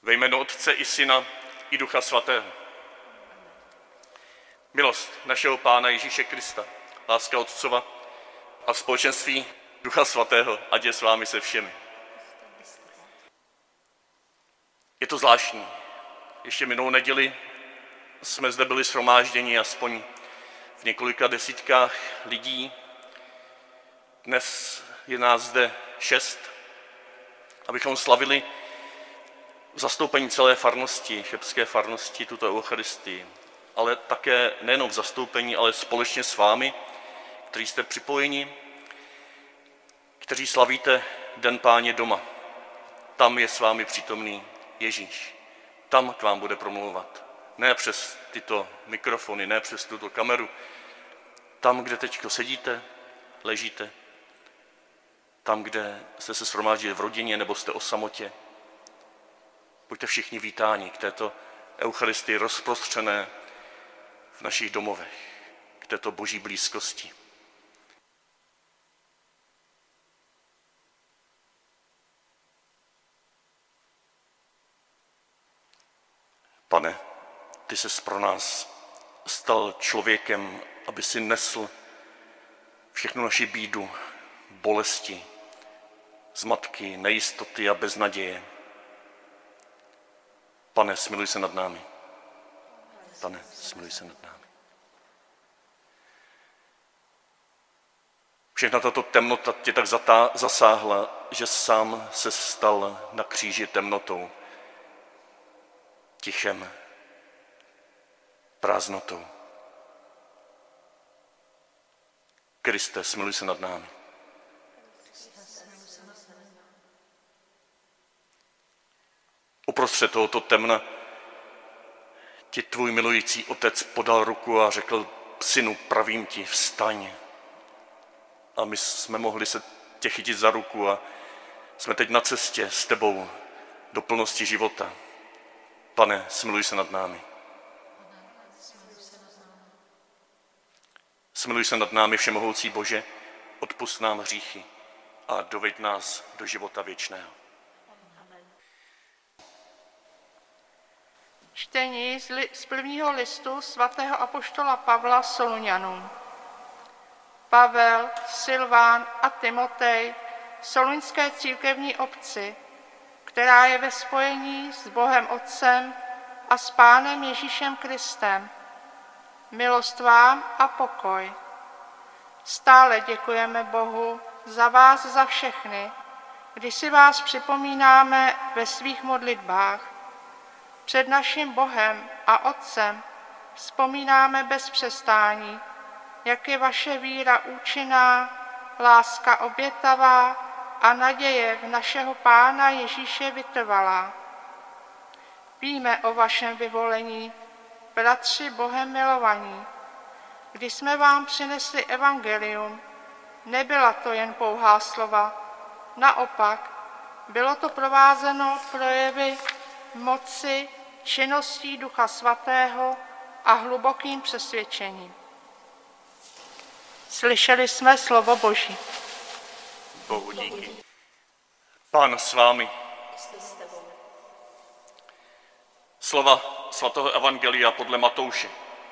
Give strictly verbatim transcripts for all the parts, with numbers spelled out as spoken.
Ve jménu Otce i Syna i Ducha Svatého. Milost našeho Pána Ježíše Krista, láska Otcova a společenství Ducha Svatého, ať je s vámi se všemi. Je to zvláštní. Ještě minulou neděli jsme zde byli shromážděni aspoň v několika desítkách lidí. Dnes je nás zde šest, abychom slavili v zastoupení celé farnosti, chebské farnosti, tuto eucharistii. Ale také nejenom v zastoupení, ale společně s vámi, kteří jste připojeni, kteří slavíte Den Páně doma. Tam je s vámi přítomný Ježíš. Tam k vám bude promlouvat. Ne přes tyto mikrofony, ne přes tuto kameru. Tam, kde teď sedíte, ležíte. Tam, kde jste se shromáždili v rodině nebo jste o samotě. Buďte všichni vítáni k této eucharistii rozprostřené v našich domovech, k této boží blízkosti. Pane, ty ses pro nás stal člověkem, aby si nesl všechnu naši bídu, bolesti, zmatky, nejistoty a beznaděje. Pane, smiluj se nad námi. Pane, smiluj se nad námi. Všechna tato temnota tě tak zatá- zasáhla, že sám se stal na kříži temnotou, tichem, prázdnotou. Kriste, smiluj se nad námi. Uprostřed tohoto temna ti tvůj milující otec podal ruku a řekl: synu, pravím ti, vstaň. A my jsme mohli se tě chytit za ruku a jsme teď na cestě s tebou do plnosti života. Pane, smiluj se nad námi. Smiluj se nad námi, všemohoucí Bože, odpusť nám hříchy a doveď nás do života věčného. Čtení z, li, z prvního listu svatého apoštola Pavla Solunianům. Pavel, Silván a Timotej, solunské církevní obci, která je ve spojení s Bohem Otcem a s Pánem Ježíšem Kristem. Milost vám a pokoj. Stále děkujeme Bohu za vás za všechny, když si vás připomínáme ve svých modlitbách. Před naším Bohem a Otcem vzpomínáme bez přestání, jak je vaše víra účinná, láska obětavá a naděje v našeho Pána Ježíše vytrvalá. Víme o vašem vyvolení, bratři Bohem milovaní. Když jsme vám přinesli evangelium, nebyla to jen pouhá slova, naopak bylo to provázeno projevy moci, činností Ducha Svatého a hlubokým přesvědčením. Slyšeli jsme slovo Boží. Bohu díky. Pán s vámi. Slova svatého evangelia podle Matouše.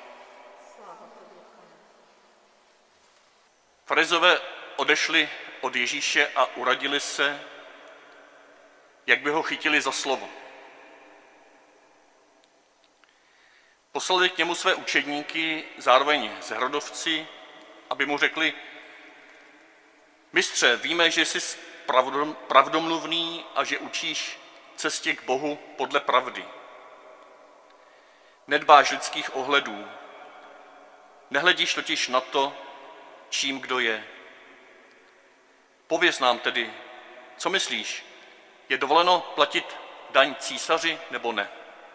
Farizové odešli od Ježíše a uradili se, jak by ho chytili za slovo. Poslali k němu své učedníky, zároveň zhrodovci, aby mu řekli: mistře, víme, že jsi pravdomluvný a že učíš cestě k Bohu podle pravdy. Nedbáš lidských ohledů, nehledíš totiž na to, čím kdo je. Pověz nám tedy, co myslíš, je dovoleno platit daň císaři nebo ne?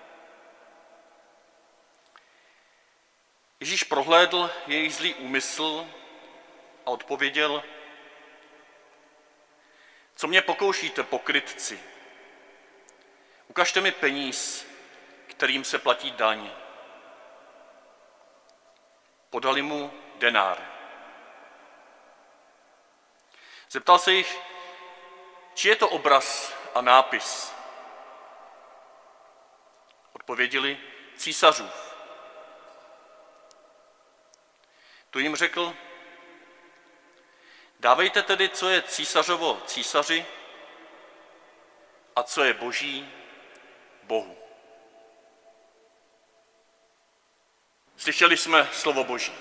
Ježíš prohlédl jejich zlý úmysl a odpověděl: co mě pokoušíte, pokrytci? Ukažte mi peníz, kterým se platí daň. Podali mu denár. Zeptal se jich, či je to obraz a nápis. odpověděli císařův. Tu jim řekl, dávejte tedy, co je císařovo císaři a co je boží Bohu. Slyšeli jsme slovo Boží.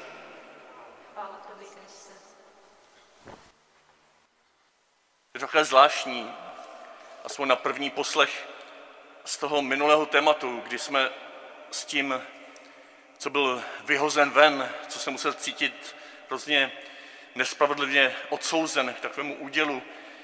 Je takové zvláštní, aspoň na první poslech z toho minulého tématu, kdy jsme s tím, co byl vyhozen ven, co se musel cítit hrozně nespravedlivě odsouzen k takovému údělu,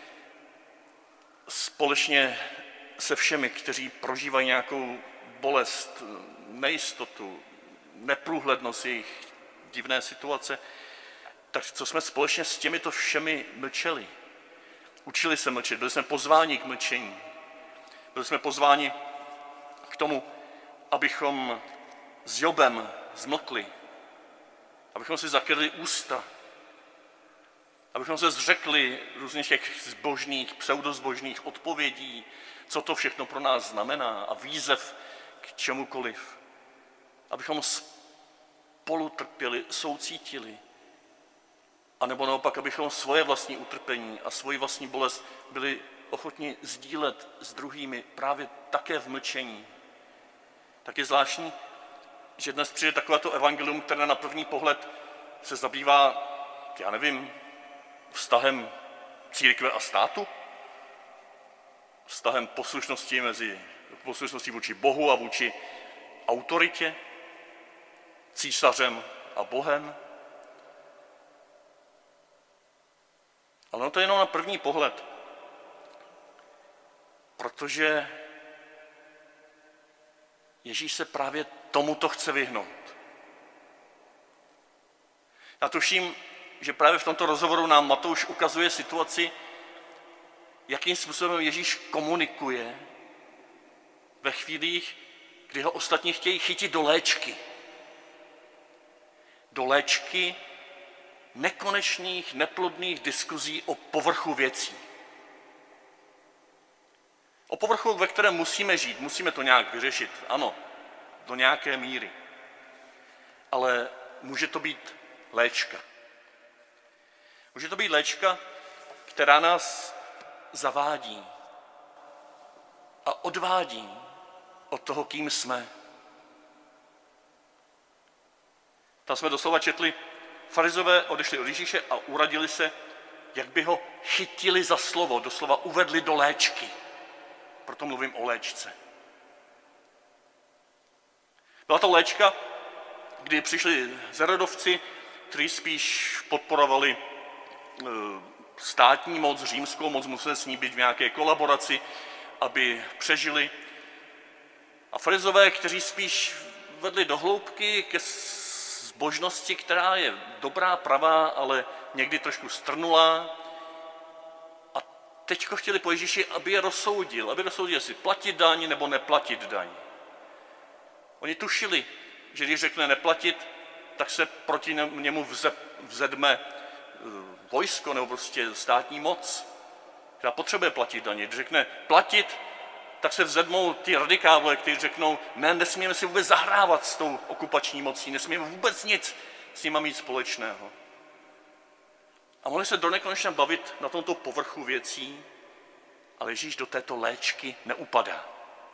společně se všemi, kteří prožívají nějakou bolest, nejistotu, neprůhlednost jejich divné situace, tak co jsme společně s těmito všemi mlčeli. Učili se mlčet, byli jsme pozváni k mlčení. Byli jsme pozváni k tomu, abychom s Jobem zmlkli, abychom si zakryli ústa, abychom se zřekli různých těch zbožných, pseudozbožných odpovědí, co to všechno pro nás znamená a výzev k čemukoliv. Abychom spolu trpěli, soucítili, anebo naopak, abychom svoje vlastní utrpení a svoji vlastní bolest byli ochotni sdílet s druhými právě také v mlčení. Tak je zvláštní, že dnes přijde takovéto evangelium, které na první pohled se zabývá, já nevím, vztahem církve a státu, vztahem poslušnosti mezi poslušností vůči Bohu a vůči autoritě, císařem a Bohem. Ale no to je jenom na první pohled, protože Ježíš se právě tomuto chce vyhnout. Já tuším, že právě v tomto rozhovoru nám Matouš ukazuje situaci, jakým způsobem Ježíš komunikuje ve chvílích, kdy ho ostatní chtějí chytit do léčky. Do léčky nekonečných, neplodných diskuzí o povrchu věcí. O povrchu, ve kterém musíme žít, musíme to nějak vyřešit, ano, do nějaké míry. Ale může to být léčka. Může to být léčka, která nás zavádí a odvádí od toho, kým jsme. Tam jsme doslova četli, farizové odešli od Ježíše a uradili se, jak by ho chytili za slovo, doslova uvedli do léčky. Proto mluvím o léčce. Byla to léčka, kdy přišli zerodovci, kteří spíš podporovali státní moc, římskou moc, museli s ní být v nějaké kolaboraci, aby přežili. A farizové, kteří spíš vedli do hloubky ke zbožnosti, která je dobrá, pravá, ale někdy trošku strnulá. A teďko chtěli po Ježíši, aby je rozsoudil, aby rozsoudil, jestli platit daň nebo neplatit daň. Oni tušili, že když řekne neplatit, tak se proti němu vzedme vojsko nebo prostě státní moc, která potřebuje platit daně. Když řekne platit, tak se vzedmou ty radikálové, kteří řeknou, ne, nesmíme si vůbec zahrávat s tou okupační mocí, nesmíme vůbec nic s nima mít společného. A mohli se do nekonečna bavit na tomto povrchu věcí, ale Ježíš do této léčky neupadá.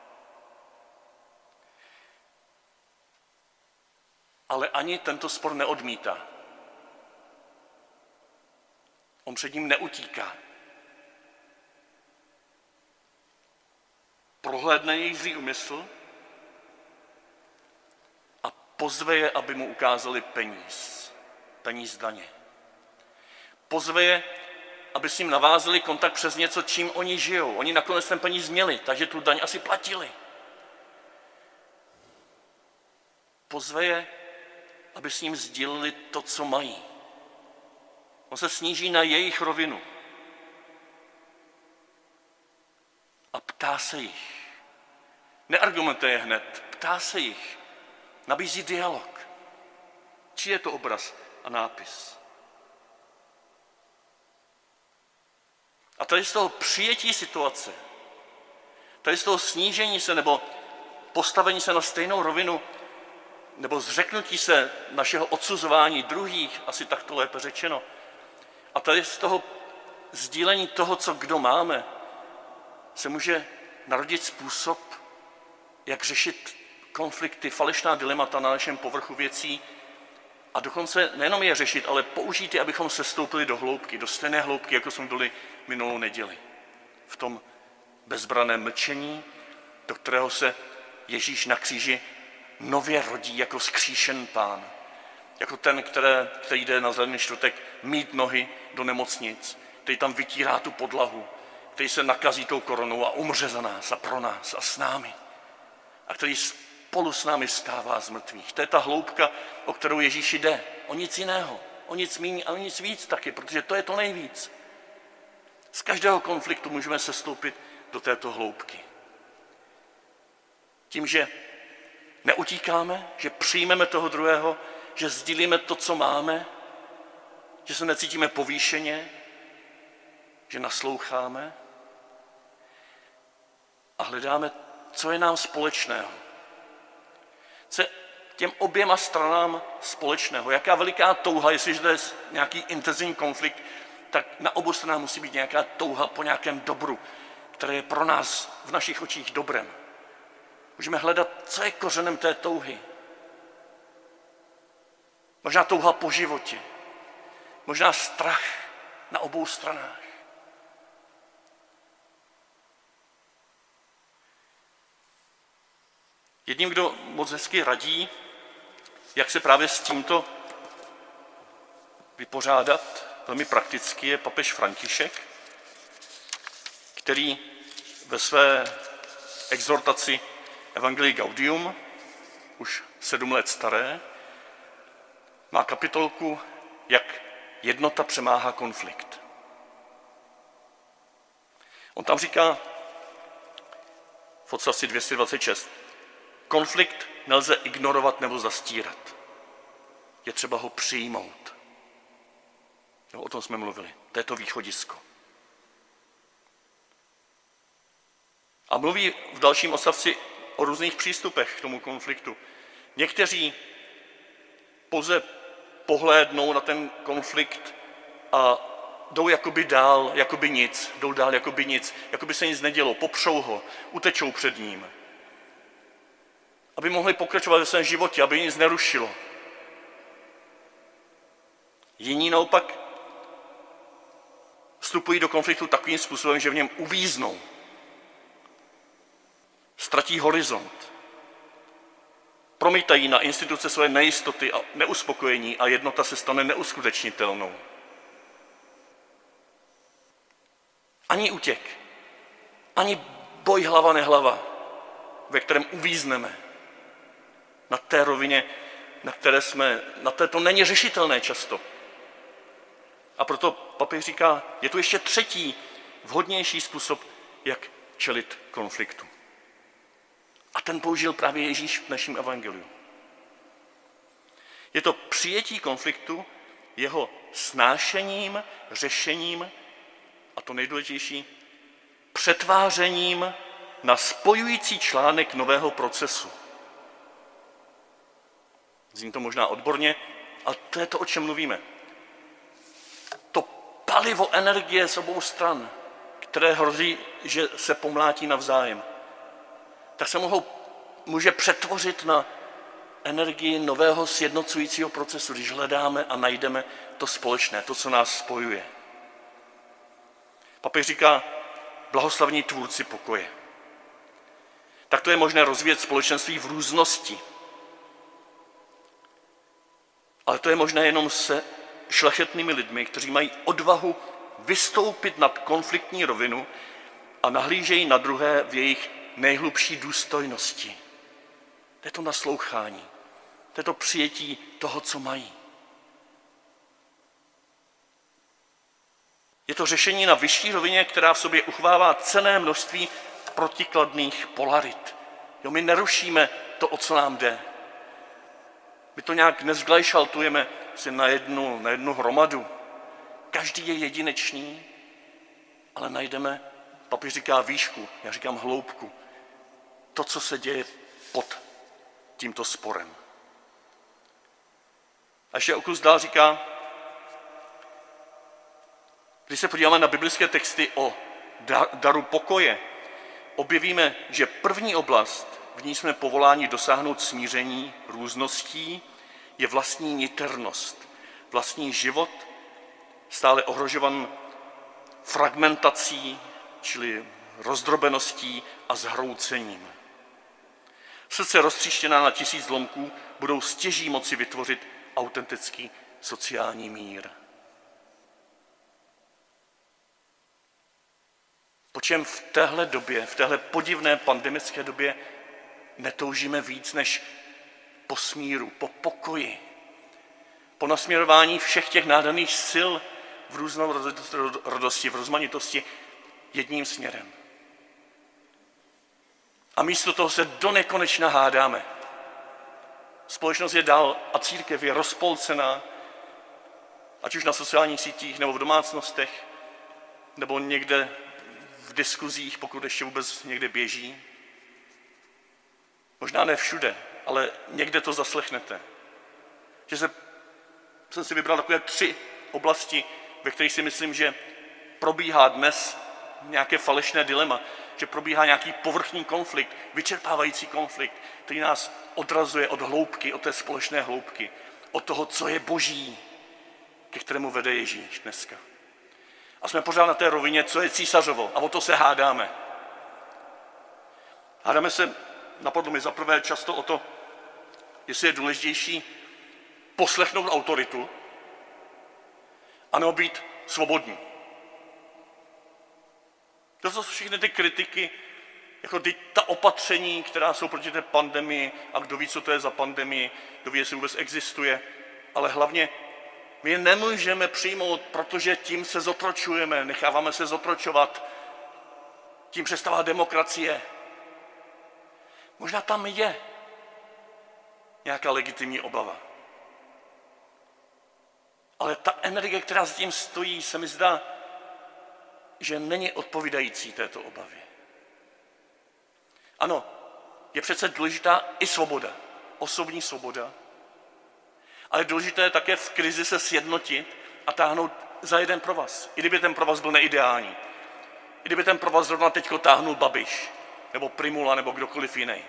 Ale ani tento spor neodmítá. On před ním neutíká. Prohlédne jejich zlý úmysl a pozve je, aby mu ukázali peníz, peníz daně. Pozve je, aby s ním navázali kontakt přes něco, čím oni žijou. Oni nakonec ten peníz měli, takže tu daň asi platili. Pozve je, aby s ním sdíleli to, co mají. On se sníží na jejich rovinu a ptá se jich. Neargumentuje hned, ptá se jich. Nabízí dialog. Či je to obraz a nápis? A tady z toho přijetí situace, tady z toho snížení se nebo postavení se na stejnou rovinu, nebo zřeknutí se našeho odsuzování druhých, asi takto lépe řečeno. A tady z toho sdílení toho, co kdo máme, se může narodit způsob, jak řešit konflikty, falešná dilemata na našem povrchu věcí a dokonce nejenom je řešit, ale použít je, abychom se stoupili do hloubky, do stejné hloubky, jako jsme byli minulou neděli. V tom bezbranném mlčení, do kterého se Ježíš na kříži nově rodí jako vzkříšen Pán. Jako ten, které, který jde na zelený čtvrtek mít nohy do nemocnic, který tam vytírá tu podlahu, který se nakazí tou koronou a umře za nás a pro nás a s námi. A který spolu s námi vstává z mrtvých. To je ta hloubka, o kterou Ježíši jde. O nic jiného, o nic méně a o nic víc taky, protože to je to nejvíc. Z každého konfliktu můžeme sestoupit do této hloubky. Tím, že neutíkáme, že přijmeme toho druhého, že sdílíme to, co máme, že se necítíme povýšeně, že nasloucháme a hledáme, co je nám společného. Co je těm oběma stranám společného. Jaká veliká touha, jestliže to je nějaký intenzivní konflikt, tak na obou stranách musí být nějaká touha po nějakém dobru, které je pro nás v našich očích dobrem. Můžeme hledat, co je kořenem té touhy. Možná touha po životě, možná strach na obou stranách. Jedním, kdo moc hezky radí, jak se právě s tímto vypořádat, velmi prakticky, je papež František, který ve své exhortaci Evangelii Gaudium, už sedm let staré, má kapitolku, jak jednota přemáhá konflikt. On tam říká v odstavci dvě stě dvacet šest, konflikt nelze ignorovat nebo zastírat. Je třeba ho přijmout. No, o tom jsme mluvili. To je to východisko. A mluví v dalším odstavci o různých přístupech k tomu konfliktu. Někteří pouze pohlédnou na ten konflikt a jdou jakoby dál, jakoby nic, jdou dál jakoby nic, jakoby se nic nedělo, popřou ho, utečou před ním. Aby mohli pokračovat ve svém životě, aby nic nerušilo. Jiní naopak vstupují do konfliktu takovým způsobem, že v něm uvíznou. Ztratí horizont. Promítají na instituce své nejistoty a neuspokojení a jednota se stane neuskutečnitelnou. Ani útěk, ani boj hlava nehlava, ve kterém uvízneme. Na té rovině, na které jsme, na té to není řešitelné často. A proto papež říká, je tu ještě třetí, vhodnější způsob, jak čelit konfliktu. A ten použil právě Ježíš v dnešním evangeliu. Je to přijetí konfliktu, jeho snášením, řešením a to nejdůležitější, přetvářením na spojující článek nového procesu. Zní to možná odborně, ale to je to, o čem mluvíme. To palivo energie z obou stran, které hrozí, že se pomlátí navzájem, tak se mohou, může přetvořit na energii nového sjednocujícího procesu, když hledáme a najdeme to společné, to, co nás spojuje. Papež říká, blahoslavní tvůrci pokoje. Tak to je možné rozvíjet společenství v různosti. Ale to je možné jenom se šlechetnými lidmi, kteří mají odvahu vystoupit nad konfliktní rovinu a nahlížejí na druhé v jejich nejhlubší důstojnosti. To je to naslouchání, to je to přijetí toho, co mají. Je to řešení na vyšší rovině, která v sobě uchvává cenné množství protikladných polarit. Jo, my nerušíme to, o co nám jde. My to nějak nezglajšaltujeme si na jednu, na jednu hromadu. Každý je jedinečný, ale najdeme, papež říká výšku, já říkám hloubku. To, co se děje pod tímto sporem. A ještě o kus dál říká, když se podíváme na biblické texty o daru pokoje, objevíme, že první oblast, v ní jsme povoláni dosáhnout smíření růzností, je vlastní niternost, vlastní život, stále ohrožovan fragmentací, čili rozdrobeností a zhroucením. Srdce roztříštěná na tisíc zlomků budou stěží moci vytvořit autentický sociální mír. Po čem v téhle době, v téhle podivné pandemické době netoužíme víc než po smíru, po pokoji, po nasměrování všech těch nádherných sil v různorodosti, v rozmanitosti jedním směrem. A místo toho se do nekonečna hádáme. Společnost je dál a církev je rozpolcená, ať už na sociálních sítích, nebo v domácnostech, nebo někde v diskuzích, pokud ještě vůbec někde běží. Možná ne všude, ale někde to zaslechnete. Že se, jsem si vybral takové tři oblasti, ve kterých si myslím, že probíhá dnes nějaké falešné dilema, že probíhá nějaký povrchní konflikt, vyčerpávající konflikt, který nás odrazuje od hloubky, od té společné hloubky, od toho, co je boží, ke kterému vede Ježíš dneska. A jsme pořád na té rovině, co je císařovo, a o to se hádáme. Hádáme se, napadlo mi zaprvé často o to, jestli je důležitější poslechnout autoritu, anebo být svobodní. To jsou všechny ty kritiky, jako ty, ta opatření, která jsou proti té pandemii, a kdo ví, co to je za pandemii, kdo ví, jestli vůbec existuje, ale hlavně my je nemůžeme přijmout, protože tím se zotročujeme, necháváme se zotročovat, tím přestává demokracie. Možná tam je nějaká legitimní obava. Ale ta energie, která za tím stojí, se mi zdá, že není odpovídající této obavě. Ano, je přece důležitá i svoboda, osobní svoboda, ale důležité je také v krizi se sjednotit a táhnout za jeden provaz. I kdyby ten provaz byl neideální. I kdyby ten provaz zrovna teďko táhnul Babiš, nebo Primula, nebo kdokoliv jiný.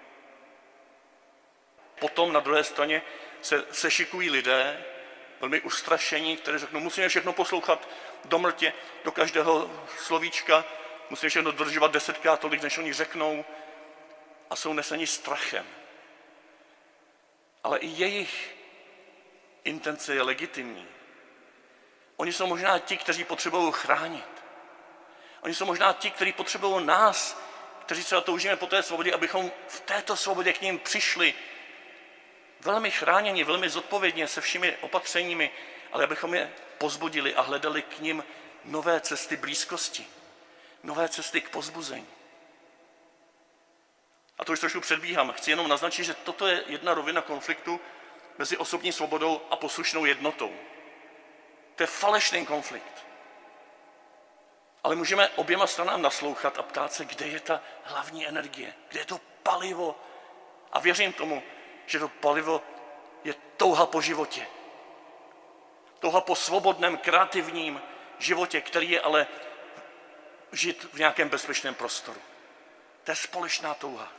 Potom na druhé straně se sešikují lidé, velmi ustrašení, kteří řeknou, musíme všechno poslouchat do mrtě, do každého slovíčka, musíme všechno dodržovat desetkrát tolik, než oni řeknou, a jsou neseni strachem. Ale i jejich intence je legitimní. Oni jsou možná ti, kteří potřebují chránit. Oni jsou možná ti, kteří potřebují nás, kteří třeba toužíme po té svobodě, abychom v této svobodě k ním přišli velmi chráněni, velmi zodpovědně se všemi opatřeními, ale abychom je pozbudili a hledali k nim nové cesty blízkosti, nové cesty k pozbuzení. A to už trošku předbíhám. Chci jenom naznačit, že toto je jedna rovina konfliktu mezi osobní svobodou a poslušnou jednotou. To je falešný konflikt. Ale můžeme oběma stranám naslouchat a ptát se, kde je ta hlavní energie, kde je to palivo. A věřím tomu, že to palivo je touha po životě. Touha po svobodném, kreativním životě, který je ale žít v nějakém bezpečném prostoru. To je společná touha.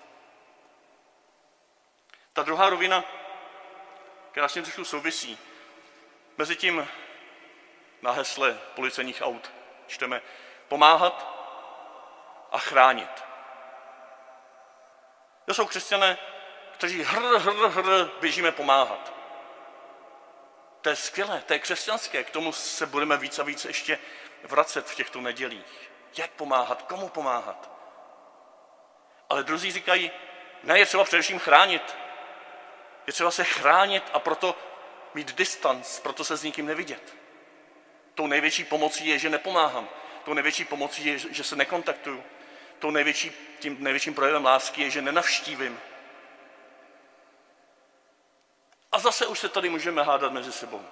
Ta druhá rovina, která s tím trošku souvisí, mezi tím na hesle policejních aut čteme pomáhat a chránit. To jsou křesťané, kteří hr, hr, hr, běžíme pomáhat. To je skvělé, to je křesťanské, k tomu se budeme víc a víc ještě vracet v těchto nedělích. Jak pomáhat, komu pomáhat. Ale druzí říkají, ne, je třeba především chránit. Je třeba se chránit a proto mít distanc, proto se s nikým nevidět. Tou největší pomocí je, že nepomáhám. Tou největší pomocí je, že se nekontaktuju. Tou největší, tím největším projevem lásky je, že nenavštívím. A zase už se tady můžeme hádat mezi sebou.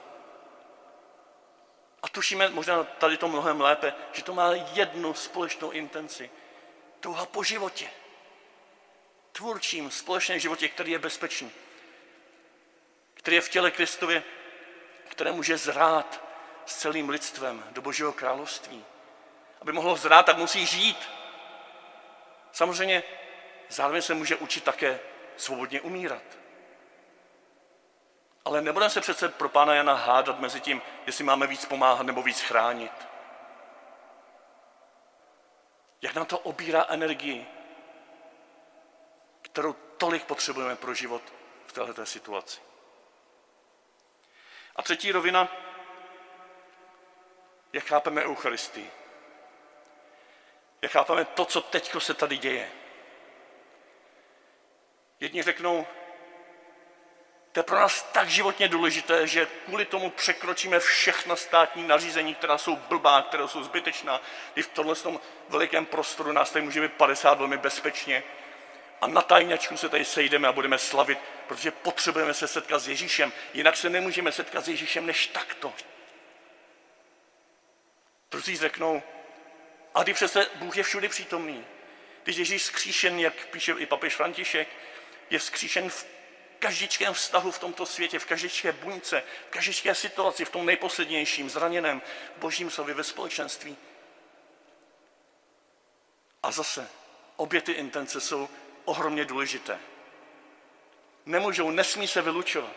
A tušíme možná tady to mnohem lépe, že to má jednu společnou intenci. Touha po životě. tvůrčím, společném životě, který je bezpečný, který je v těle Kristově, které může zrát s celým lidstvem do Božího království. Aby mohlo zrát, tak musí žít. Samozřejmě zároveň se může učit také svobodně umírat. Ale nebudeme se přece pro pána Jana hádat mezi tím, jestli máme víc pomáhat nebo víc chránit. Jak nám to obírá energii, kterou tolik potřebujeme pro život v této situaci. A třetí rovina, jak chápeme Eucharistii. Jak chápeme to, co teď se tady děje. Jedni řeknou, to je pro nás tak životně důležité, že kvůli tomu překročíme všechna státní nařízení, která jsou blbá, která jsou zbytečná. I v tomhle tom velikém prostoru nás tady může být padesát velmi bezpečně. A na tajňačku se tady sejdeme a budeme slavit, protože potřebujeme se setkat s Ježíšem. Jinak se nemůžeme setkat s Ježíšem než takto. Druzí řeknou, a když přece Bůh je všudy přítomný. Když Ježíš zkříšen, jak píše i papež František, je vzkříšen v každičkém vztahu v tomto světě, v každičké buňce, v každičké situaci, v tom nejposlednějším, zraněném, božím slově ve společenství. A zase, obě ty intence jsou ohromně důležité. Nemůžou, nesmí se vylučovat.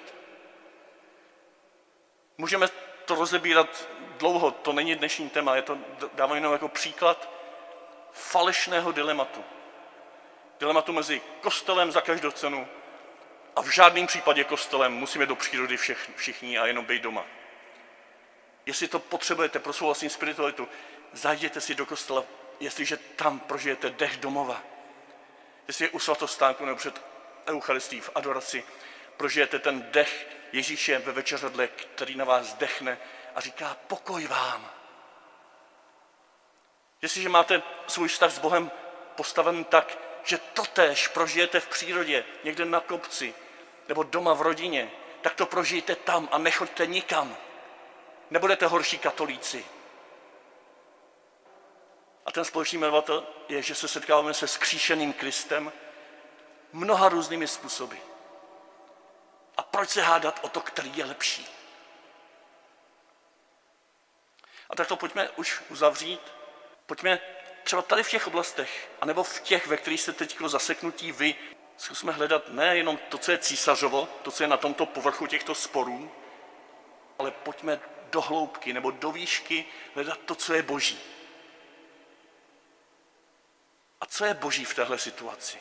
Můžeme to rozebírat dlouho, to není dnešní téma, je to, dávám jenom jako příklad falešného dilematu. Dilematu mezi kostelem za každou cenu a v žádném případě kostelem musíme do přírody všech, všichni a jenom být doma. Jestli to potřebujete pro svou vlastní spiritualitu, zajděte si do kostela, jestliže tam prožijete dech domova. Jestli je u svatostánku nebo před Eucharistií v adoraci, prožijete ten dech Ježíše ve večeřadle, který na vás dechne a říká pokoj vám. Jestliže máte svůj vztah s Bohem postaven tak, že totéž prožijete v přírodě, někde na kopci nebo doma v rodině, tak to prožijte tam a nechoďte nikam. Nebudete horší katolíci. A ten společný jmenovatel je, že se setkáváme se vzkříšeným Kristem mnoha různými způsoby. A proč se hádat o to, který je lepší? A tak to pojďme už uzavřít. Pojďme třeba tady v těch oblastech, anebo v těch, ve kterých jste teď zaseknutí vy, zkusme hledat nejenom to, co je císařovo, to, co je na tomto povrchu těchto sporů, ale pojďme do hloubky nebo do výšky hledat to, co je boží. A co je boží v téhle situaci?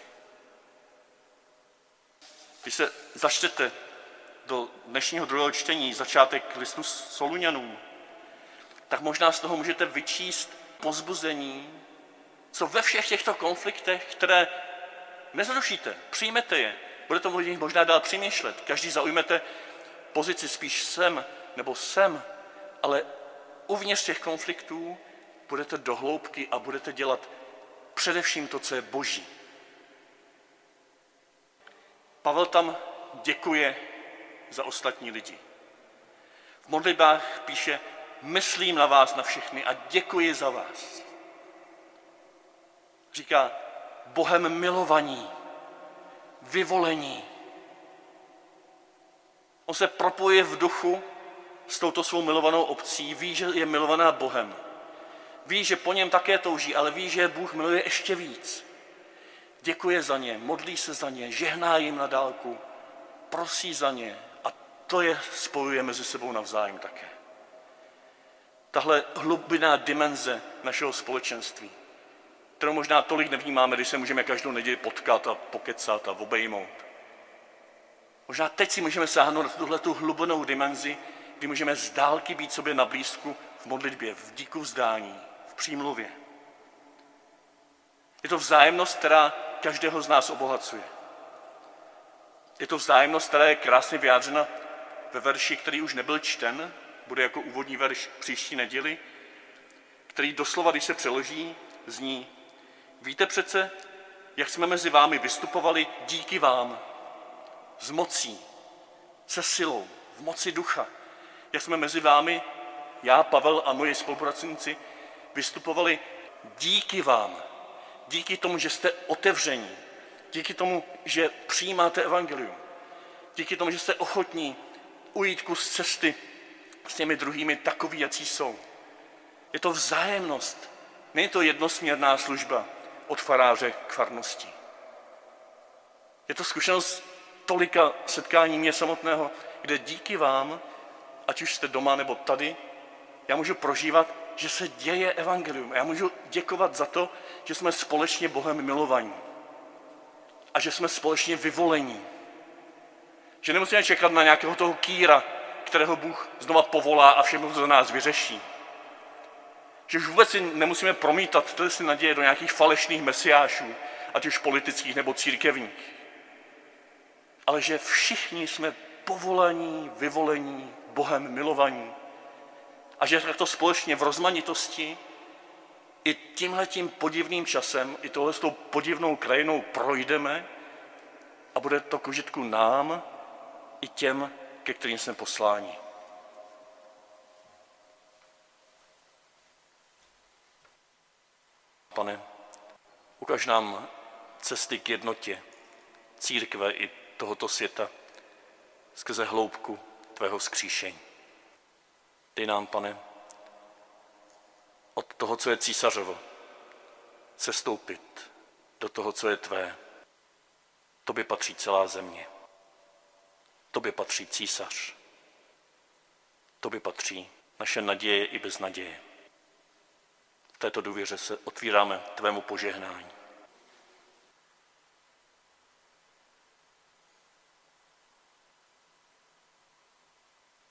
Když se začtete do dnešního druhého čtení, začátek listu Solunianům, tak možná z toho můžete vyčíst povzbuzení, co ve všech těchto konfliktech, které nezrušíte, přijmete je, budete o nich možná dál přemýšlet. Každý zaujmete pozici spíš sem nebo sem, ale uvnitř těch konfliktů budete do hloubky a budete dělat především to, co je boží. Pavel tam děkuje za ostatní lidi. V modlitbách píše, myslím na vás, na všechny a děkuji za vás. Říká, Bohem milovaní, vyvolení. On se propojuje v duchu s touto svou milovanou obcí, ví, že je milovaná Bohem. Ví, že po něm také touží, ale ví, že Bůh miluje ještě víc. Děkuje za ně, modlí se za ně, žehná jim na dálku, prosí za ně a to je spojuje mezi sebou navzájem také. Tahle hlubinná dimenze našeho společenství, kterou možná tolik nevnímáme, když se můžeme každou neděli potkat a pokecat a obejmout. Možná teď si můžeme sáhnout na tuhletu hlubonou dimenzi, kdy můžeme z dálky být sobě na blízku v modlitbě, v díku vzdání, v přímluvě. Je to vzájemnost, která každého z nás obohacuje. Je to vzájemnost, která je krásně vyjádřena ve verši, který už nebyl čten, bude jako úvodní verš příští neděli, který doslova, když se přeloží, zní: víte přece, jak jsme mezi vámi vystupovali díky vám, s mocí, se silou, v moci ducha. Jak jsme mezi vámi, já, Pavel a moji spolupracovníci, vystupovali díky vám, díky tomu, že jste otevření, díky tomu, že přijímáte evangelium, díky tomu, že jste ochotní ujít kus cesty s těmi druhými takový, jací jsou. Je to vzájemnost, není to jednosměrná služba od faráře k farnosti. Je to zkušenost tolika setkání mě samotného, kde díky vám, ať už jste doma nebo tady, já můžu prožívat, že se děje evangelium. Já můžu děkovat za to, že jsme společně Bohem milovaní a že jsme společně vyvolení. Že nemusíme čekat na nějakého toho kýra, kterého Bůh znova povolá a všechno to za nás vyřeší. Že už vůbec si nemusíme promítat tyhle si naděje do nějakých falešných mesiášů, ať už politických nebo církevních. Ale že všichni jsme povolaní, vyvolení, Bohem milovaní. A že takto společně v rozmanitosti i tímhletím podivným časem, i tohle s tou podivnou krajinou projdeme a bude to k užitku nám i těm, ke kterým jsme posláni. Pane, ukaž nám cesty k jednotě církve i tohoto světa skrze hloubku tvého vzkříšení. Dej nám, Pane, od toho, co je císařovo, sestoupit do toho, co je tvé. Tobě patří celá země. Tobě patří císař. Tobě patří naše naděje i beznaděje. V této důvěře se otvíráme tvému požehnání.